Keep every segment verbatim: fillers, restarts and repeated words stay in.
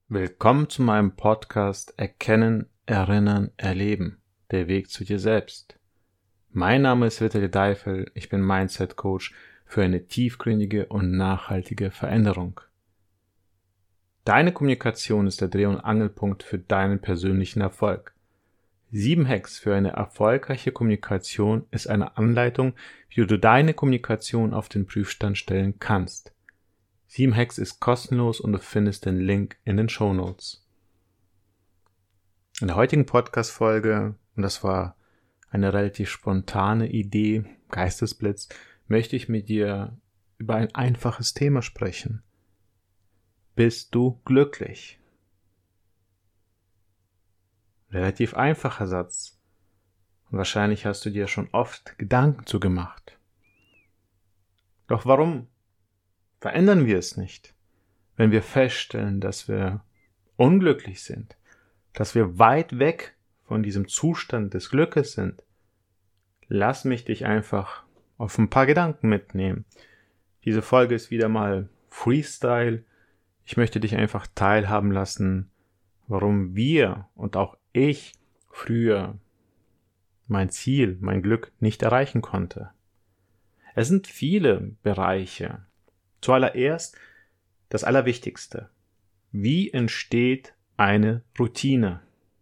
Willkommen zu meinem Podcast Erkennen, Erinnern, Erleben. Der Weg zu dir selbst. Mein Name ist Vitali Deifel, ich bin Mindset Coach für eine tiefgründige und nachhaltige Veränderung. Deine Kommunikation ist der Dreh- und Angelpunkt für deinen persönlichen Erfolg. Sieben Hacks für eine erfolgreiche Kommunikation ist eine Anleitung, wie du deine Kommunikation auf den Prüfstand stellen kannst. Sieben Hacks ist kostenlos und du findest den Link in den Shownotes. In der heutigen Podcast-Folge, und das war eine relativ spontane Idee, Geistesblitz, möchte ich mit dir über ein einfaches Thema sprechen. Bist du glücklich? Relativ einfacher Satz. Und wahrscheinlich hast du dir schon oft Gedanken zu gemacht. Doch warum verändern wir es nicht, wenn wir feststellen, dass wir unglücklich sind, dass wir weit weg von diesem Zustand des Glückes sind? Lass mich dich einfach auf ein paar Gedanken mitnehmen. Diese Folge ist wieder mal Freestyle. Ich möchte dich einfach teilhaben lassen, warum wir und auch ich früher mein Ziel, mein Glück nicht erreichen konnte. Es sind viele Bereiche. Zuallererst das Allerwichtigste. Wie entsteht eine Routine?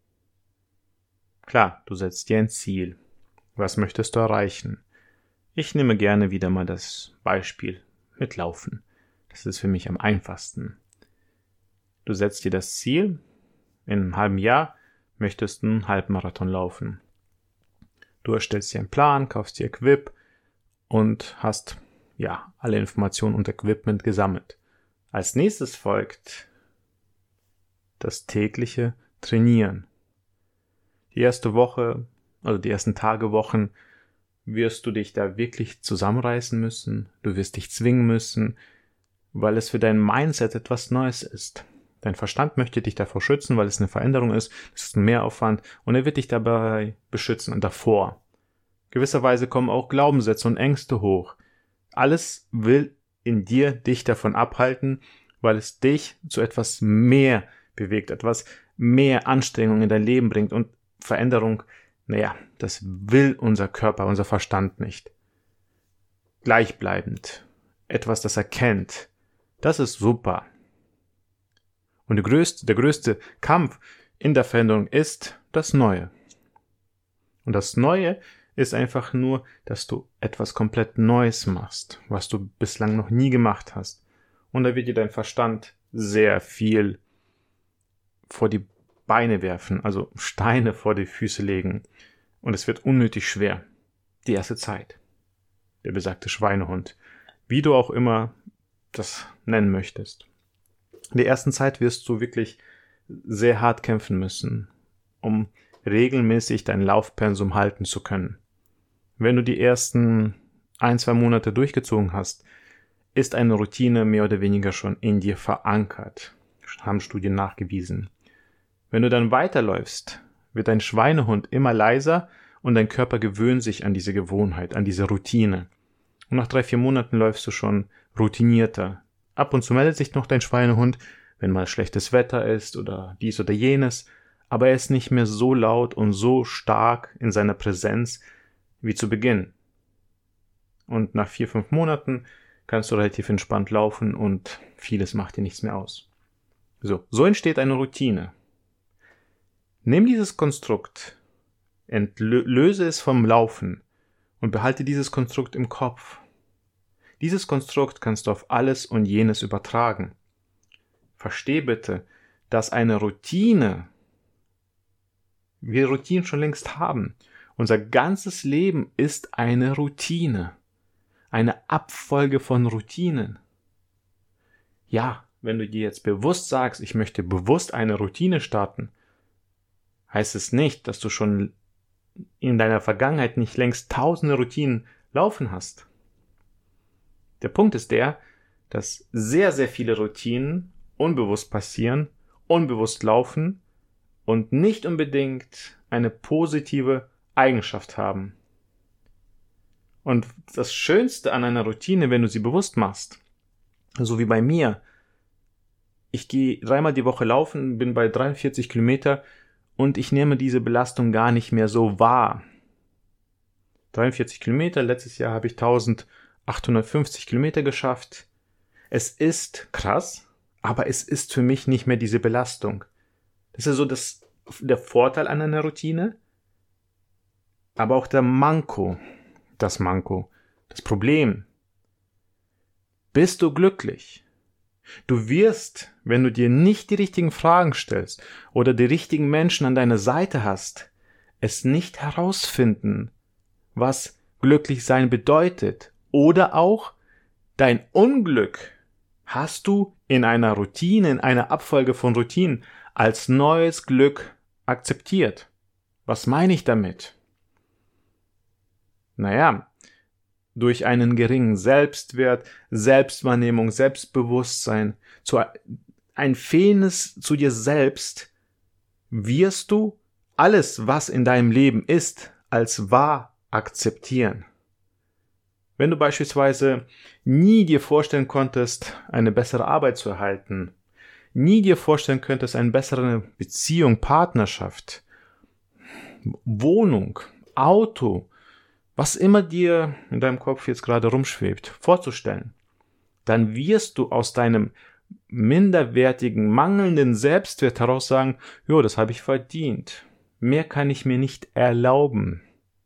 Klar, du setzt dir ein Ziel. Was möchtest du erreichen? Ich nehme gerne wieder mal das Beispiel mit Laufen. Das ist für mich am einfachsten. Du setzt dir das Ziel, in einem halben Jahr möchtest du einen Halbmarathon laufen. Du erstellst dir einen Plan, kaufst dir Equip und hast ja, alle Informationen und Equipment gesammelt. Als nächstes folgt das tägliche Trainieren. Die erste Woche, also die ersten Tage, Wochen, wirst du dich da wirklich zusammenreißen müssen. Du wirst dich zwingen müssen, weil es für dein Mindset etwas Neues ist. Dein Verstand möchte dich davor schützen, weil es eine Veränderung ist. Es ist ein Mehraufwand und er wird dich dabei beschützen und davor. Gewisserweise kommen auch Glaubenssätze und Ängste hoch. Alles will in dir dich davon abhalten, weil es dich zu etwas mehr bewegt, etwas mehr Anstrengung in dein Leben bringt und Veränderung, naja, das will unser Körper, unser Verstand nicht. Gleichbleibend, etwas, das erkennt, das ist super. Und der größte, der größte Kampf in der Veränderung ist das Neue. Und das Neue ist einfach nur, dass du etwas komplett Neues machst, was du bislang noch nie gemacht hast. Und da wird dir dein Verstand sehr viel vor die Beine werfen, also Steine vor die Füße legen. Und es wird unnötig schwer. Die erste Zeit. Der besagte Schweinehund. Wie du auch immer das nennen möchtest. In der ersten Zeit wirst du wirklich sehr hart kämpfen müssen, um regelmäßig dein Laufpensum halten zu können. Wenn du die ersten ein, zwei Monate durchgezogen hast, ist eine Routine mehr oder weniger schon in dir verankert. Haben Studien nachgewiesen. Wenn du dann weiterläufst, wird dein Schweinehund immer leiser und dein Körper gewöhnt sich an diese Gewohnheit, an diese Routine. Und nach drei, vier Monaten läufst du schon routinierter. Ab und zu meldet sich noch dein Schweinehund, wenn mal schlechtes Wetter ist oder dies oder jenes, aber er ist nicht mehr so laut und so stark in seiner Präsenz wie zu Beginn. Und nach vier, fünf Monaten kannst du relativ entspannt laufen und vieles macht dir nichts mehr aus. So, so entsteht eine Routine. Nimm dieses Konstrukt, entlöse es vom Laufen und behalte dieses Konstrukt im Kopf. Dieses Konstrukt kannst du auf alles und jenes übertragen. Versteh bitte, dass eine Routine, wir Routinen schon längst haben. Unser ganzes Leben ist eine Routine. Eine Abfolge von Routinen. Ja, wenn du dir jetzt bewusst sagst, ich möchte bewusst eine Routine starten, heißt es nicht, dass du schon in deiner Vergangenheit nicht längst tausende Routinen laufen hast. Der Punkt ist der, dass sehr, sehr viele Routinen unbewusst passieren, unbewusst laufen und nicht unbedingt eine positive Eigenschaft haben. Und das Schönste an einer Routine, wenn du sie bewusst machst, so wie bei mir, ich gehe dreimal die Woche laufen, bin bei dreiundvierzig Kilometer und ich nehme diese Belastung gar nicht mehr so wahr. dreiundvierzig Kilometer, letztes Jahr habe ich eintausendachthundertfünfzig Kilometer geschafft. Es ist krass, aber es ist für mich nicht mehr diese Belastung. Das ist so das, der Vorteil an einer Routine, aber auch der Manko, das Manko, das Problem. Bist du glücklich? Du wirst, wenn du dir nicht die richtigen Fragen stellst oder die richtigen Menschen an deiner Seite hast, es nicht herausfinden, was glücklich sein bedeutet. Oder auch dein Unglück hast du in einer Routine, in einer Abfolge von Routinen als neues Glück akzeptiert. Was meine ich damit? Naja, durch einen geringen Selbstwert, Selbstwahrnehmung, Selbstbewusstsein, zu ein Fairness zu dir selbst, wirst du alles, was in deinem Leben ist, als wahr akzeptieren. Wenn du beispielsweise nie dir vorstellen konntest, eine bessere Arbeit zu erhalten, nie dir vorstellen könntest, eine bessere Beziehung, Partnerschaft, Wohnung, Auto, was immer dir in deinem Kopf jetzt gerade rumschwebt, vorzustellen, dann wirst du aus deinem minderwertigen, mangelnden Selbstwert heraus sagen, jo, das habe ich verdient. Mehr kann ich mir nicht erlauben.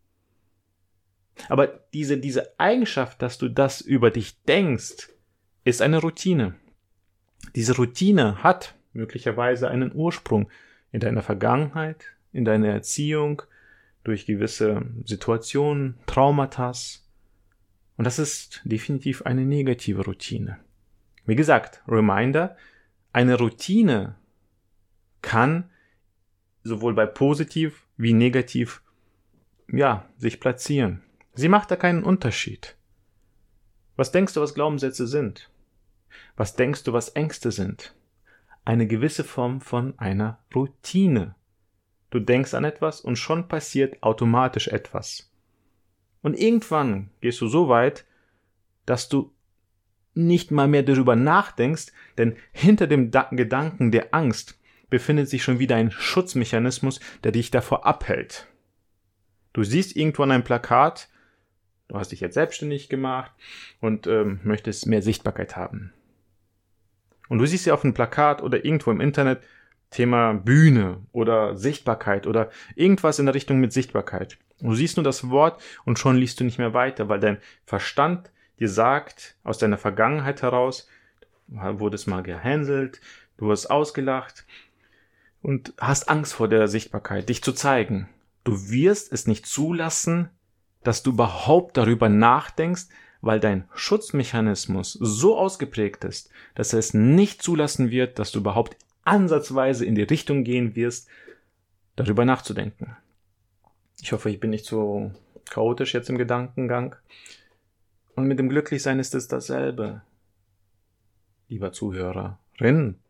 Aber diese, diese Eigenschaft, dass du das über dich denkst, ist eine Routine. Diese Routine hat möglicherweise einen Ursprung in deiner Vergangenheit, in deiner Erziehung, durch gewisse Situationen, Traumata. Und das ist definitiv eine negative Routine. Wie gesagt, Reminder, eine Routine kann sowohl bei positiv wie negativ, ja, sich platzieren. Sie macht da keinen Unterschied. Was denkst du, was Glaubenssätze sind? Was denkst du, was Ängste sind? Eine gewisse Form von einer Routine. Du denkst an etwas und schon passiert automatisch etwas. Und irgendwann gehst du so weit, dass du nicht mal mehr darüber nachdenkst, denn hinter dem Da- Gedanken der Angst befindet sich schon wieder ein Schutzmechanismus, der dich davor abhält. Du siehst irgendwann ein Plakat, du hast dich jetzt selbstständig gemacht und ähm, möchtest mehr Sichtbarkeit haben. Und du siehst ja auf einem Plakat oder irgendwo im Internet Thema Bühne oder Sichtbarkeit oder irgendwas in der Richtung mit Sichtbarkeit. Du siehst nur das Wort und schon liest du nicht mehr weiter, weil dein Verstand dir sagt, aus deiner Vergangenheit heraus, du wurdest mal gehänselt, du wurdest ausgelacht und hast Angst vor der Sichtbarkeit, dich zu zeigen. Du wirst es nicht zulassen, dass du überhaupt darüber nachdenkst, weil dein Schutzmechanismus so ausgeprägt ist, dass er es nicht zulassen wird, dass du überhaupt ansatzweise in die Richtung gehen wirst, darüber nachzudenken. Ich hoffe, ich bin nicht so chaotisch jetzt im Gedankengang. Und mit dem Glücklichsein ist es dasselbe. Lieber Zuhörerin,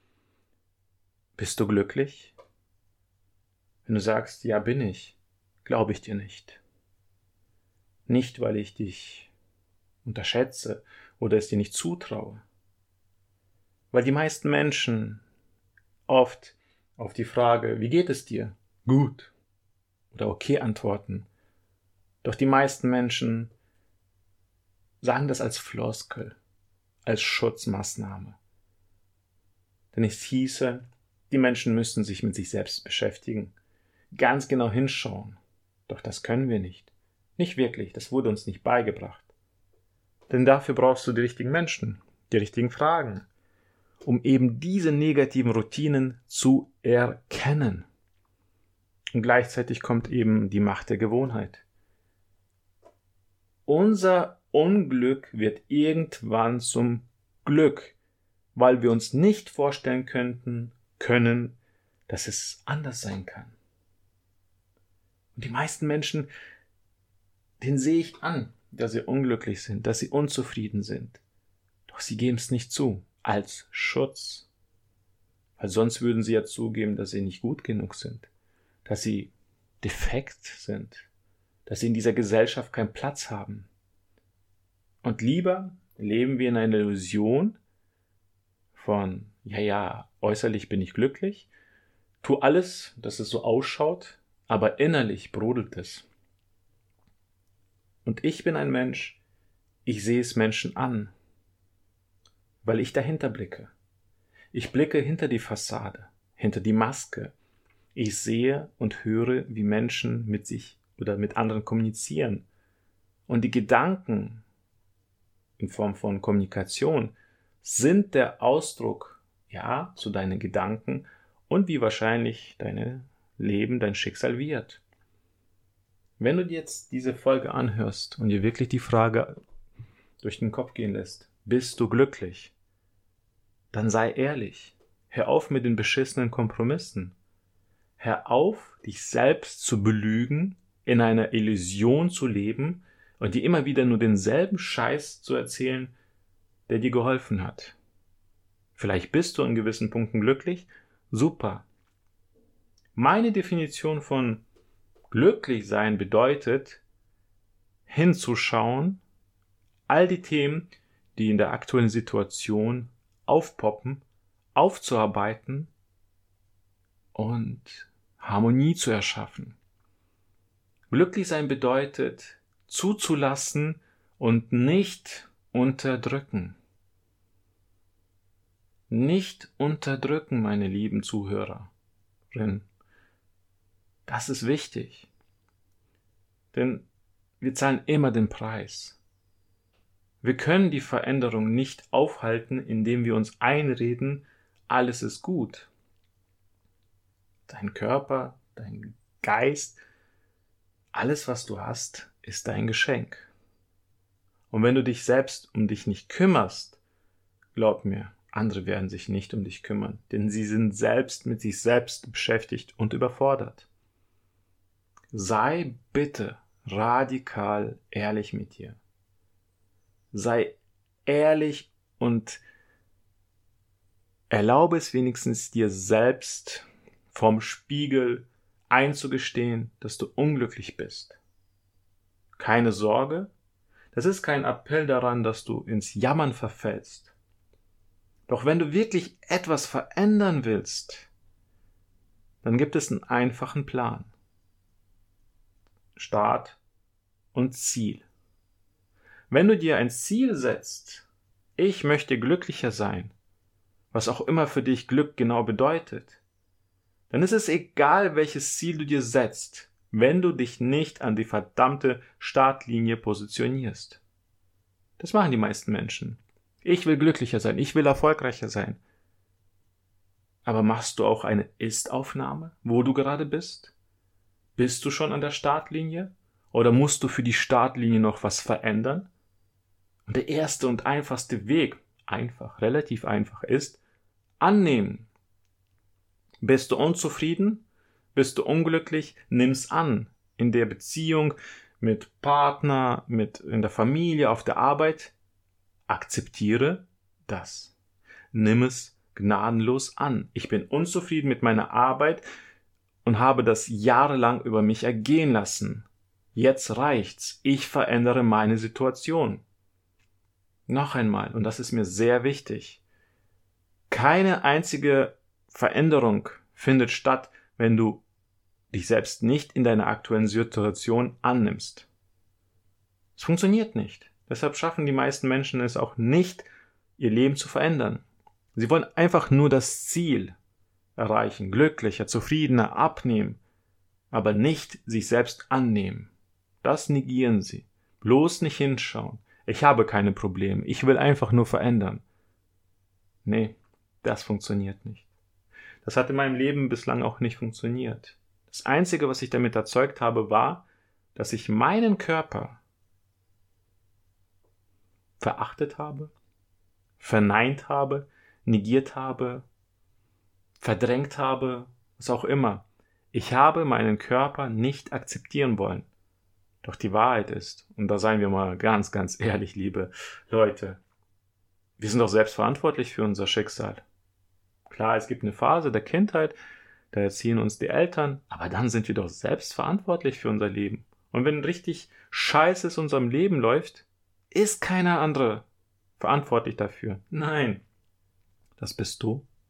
bist du glücklich? Wenn du sagst, ja bin ich, glaube ich dir nicht. Nicht, weil ich dich unterschätze oder es dir nicht zutraue. Weil die meisten Menschen oft auf die Frage, wie geht es dir? Gut oder okay antworten. Doch die meisten Menschen sagen das als Floskel, als Schutzmaßnahme. Denn es hieße, die Menschen müssten sich mit sich selbst beschäftigen, ganz genau hinschauen. Doch das können wir nicht. Nicht wirklich, das wurde uns nicht beigebracht. Denn dafür brauchst du die richtigen Menschen, die richtigen Fragen, um eben diese negativen Routinen zu erkennen. Und gleichzeitig kommt eben die Macht der Gewohnheit. Unser Unglück wird irgendwann zum Glück, weil wir uns nicht vorstellen könnten, können, dass es anders sein kann. Und die meisten Menschen, denen sehe ich an, dass sie unglücklich sind, dass sie unzufrieden sind. Doch sie geben es nicht zu, als Schutz. Weil sonst würden sie ja zugeben, dass sie nicht gut genug sind, dass sie defekt sind, dass sie in dieser Gesellschaft keinen Platz haben. Und lieber leben wir in einer Illusion von ja, ja, äußerlich bin ich glücklich, tu alles, dass es so ausschaut, aber innerlich brodelt es. Und ich bin ein Mensch, ich sehe es Menschen an, weil ich dahinter blicke. Ich blicke hinter die Fassade, hinter die Maske. Ich sehe und höre, wie Menschen mit sich oder mit anderen kommunizieren. Und die Gedanken in Form von Kommunikation sind der Ausdruck, ja, zu deinen Gedanken und wie wahrscheinlich dein Leben, dein Schicksal wird. Wenn du dir jetzt diese Folge anhörst und dir wirklich die Frage durch den Kopf gehen lässt, bist du glücklich? Dann sei ehrlich. Hör auf mit den beschissenen Kompromissen. Hör auf, dich selbst zu belügen, in einer Illusion zu leben und dir immer wieder nur denselben Scheiß zu erzählen, der dir geholfen hat. Vielleicht bist du an gewissen Punkten glücklich. Super. Meine Definition von glücklich sein bedeutet, hinzuschauen, all die Themen, die in der aktuellen Situation aufpoppen, aufzuarbeiten und Harmonie zu erschaffen. Glücklich sein bedeutet, zuzulassen und nicht unterdrücken. Nicht unterdrücken, meine lieben Zuhörerinnen. Das ist wichtig. Denn wir zahlen immer den Preis. Wir können die Veränderung nicht aufhalten, indem wir uns einreden, alles ist gut. Dein Körper, dein Geist, alles, was du hast, ist dein Geschenk. Und wenn du dich selbst um dich nicht kümmerst, glaub mir, andere werden sich nicht um dich kümmern, denn sie sind selbst mit sich selbst beschäftigt und überfordert. Sei bitte radikal ehrlich mit dir. Sei ehrlich und erlaube es wenigstens dir selbst vom Spiegel einzugestehen, dass du unglücklich bist. Keine Sorge, das ist kein Appell daran, dass du ins Jammern verfällst. Doch wenn du wirklich etwas verändern willst, dann gibt es einen einfachen Plan. Start und Ziel. Wenn du dir ein Ziel setzt, ich möchte glücklicher sein, was auch immer für dich Glück genau bedeutet, dann ist es egal, welches Ziel du dir setzt, wenn du dich nicht an die verdammte Startlinie positionierst. Das machen die meisten Menschen. Ich will glücklicher sein, ich will erfolgreicher sein. Aber machst du auch eine Ist-Aufnahme, wo du gerade bist? Bist du schon an der Startlinie? Oder musst du für die Startlinie noch was verändern? Und der erste und einfachste Weg, einfach, relativ einfach, ist annehmen. Bist du unzufrieden? Bist du unglücklich? Nimm's an. In der Beziehung, mit Partner, mit in der Familie, auf der Arbeit. Akzeptiere das. Nimm es gnadenlos an. Ich bin unzufrieden mit meiner Arbeit und habe das jahrelang über mich ergehen lassen. Jetzt reicht's. Ich verändere meine Situation. Noch einmal, und das ist mir sehr wichtig. Keine einzige Veränderung findet statt, wenn du dich selbst nicht in deiner aktuellen Situation annimmst. Es funktioniert nicht. Deshalb schaffen die meisten Menschen es auch nicht, ihr Leben zu verändern. Sie wollen einfach nur das Ziel erreichen, glücklicher, zufriedener, abnehmen, aber nicht sich selbst annehmen. Das negieren sie. Bloß nicht hinschauen. Ich habe keine Probleme, ich will einfach nur verändern. Nee, das funktioniert nicht. Das hat in meinem Leben bislang auch nicht funktioniert. Das Einzige, was ich damit erzeugt habe, war, dass ich meinen Körper verachtet habe, verneint habe, negiert habe, verdrängt habe, was auch immer. Ich habe meinen Körper nicht akzeptieren wollen. Doch die Wahrheit ist, und da seien wir mal ganz, ganz ehrlich, liebe Leute, wir sind doch selbst verantwortlich für unser Schicksal. Klar, es gibt eine Phase der Kindheit, da erziehen uns die Eltern, aber dann sind wir doch selbst verantwortlich für unser Leben. Und wenn richtig Scheiße in unserem Leben läuft, ist keiner andere verantwortlich dafür. Nein, das bist du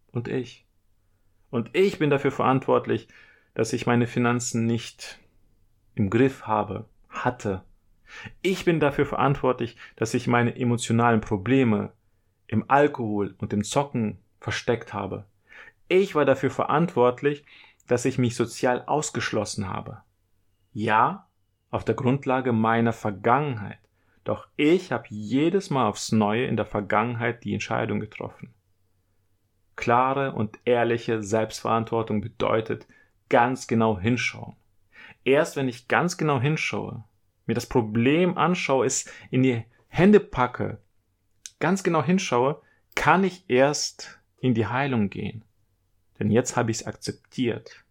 und ich. Und ich bin dafür verantwortlich, dass ich meine Finanzen nicht im Griff habe, hatte. Ich bin dafür verantwortlich, dass ich meine emotionalen Probleme im Alkohol und im Zocken versteckt habe. Ich war dafür verantwortlich, dass ich mich sozial ausgeschlossen habe. Ja, auf der Grundlage meiner Vergangenheit. Doch ich habe jedes Mal aufs Neue in der Vergangenheit die Entscheidung getroffen. Klare und ehrliche Selbstverantwortung bedeutet ganz genau hinschauen. Erst wenn ich ganz genau hinschaue, mir das Problem anschaue, es in die Hände packe, ganz genau hinschaue, kann ich erst in die Heilung gehen. Denn jetzt habe ich es akzeptiert.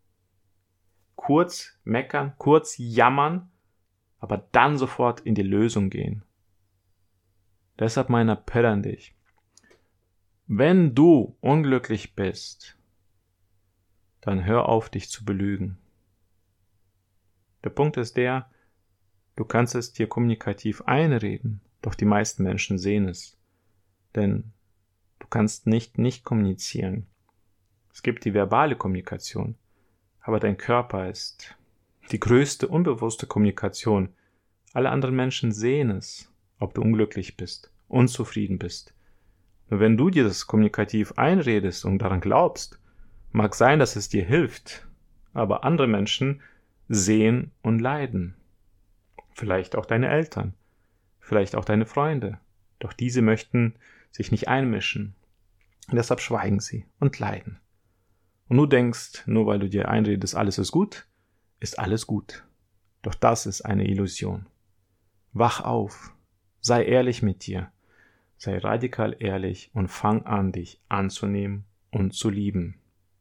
Kurz meckern, kurz jammern, aber dann sofort in die Lösung gehen. Deshalb mein Appell an dich. Wenn du unglücklich bist, dann hör auf, dich zu belügen. Der Punkt ist der, du kannst es dir kommunikativ einreden, doch die meisten Menschen sehen es. Denn du kannst nicht nicht kommunizieren. Es gibt die verbale Kommunikation, aber dein Körper ist die größte unbewusste Kommunikation. Alle anderen Menschen sehen es, ob du unglücklich bist, unzufrieden bist. Nur wenn du dir das kommunikativ einredest und daran glaubst, mag sein, dass es dir hilft, aber andere Menschen sehen und leiden. Vielleicht auch deine Eltern, vielleicht auch deine Freunde. Doch diese möchten sich nicht einmischen. Und deshalb schweigen sie und leiden. Und du denkst, nur weil du dir einredest, alles ist gut, ist alles gut. Doch das ist eine Illusion. Wach auf, sei ehrlich mit dir, sei radikal ehrlich und fang an, dich anzunehmen und zu lieben.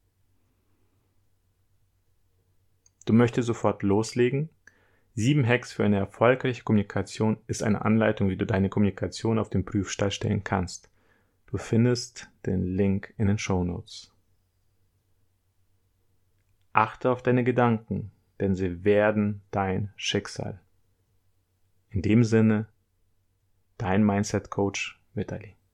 Du möchtest sofort loslegen? Sieben Hacks für eine erfolgreiche Kommunikation ist eine Anleitung, wie du deine Kommunikation auf den Prüfstand stellen kannst. Du findest den Link in den Shownotes. Achte auf deine Gedanken, denn sie werden dein Schicksal. In dem Sinne, dein Mindset-Coach Vitali.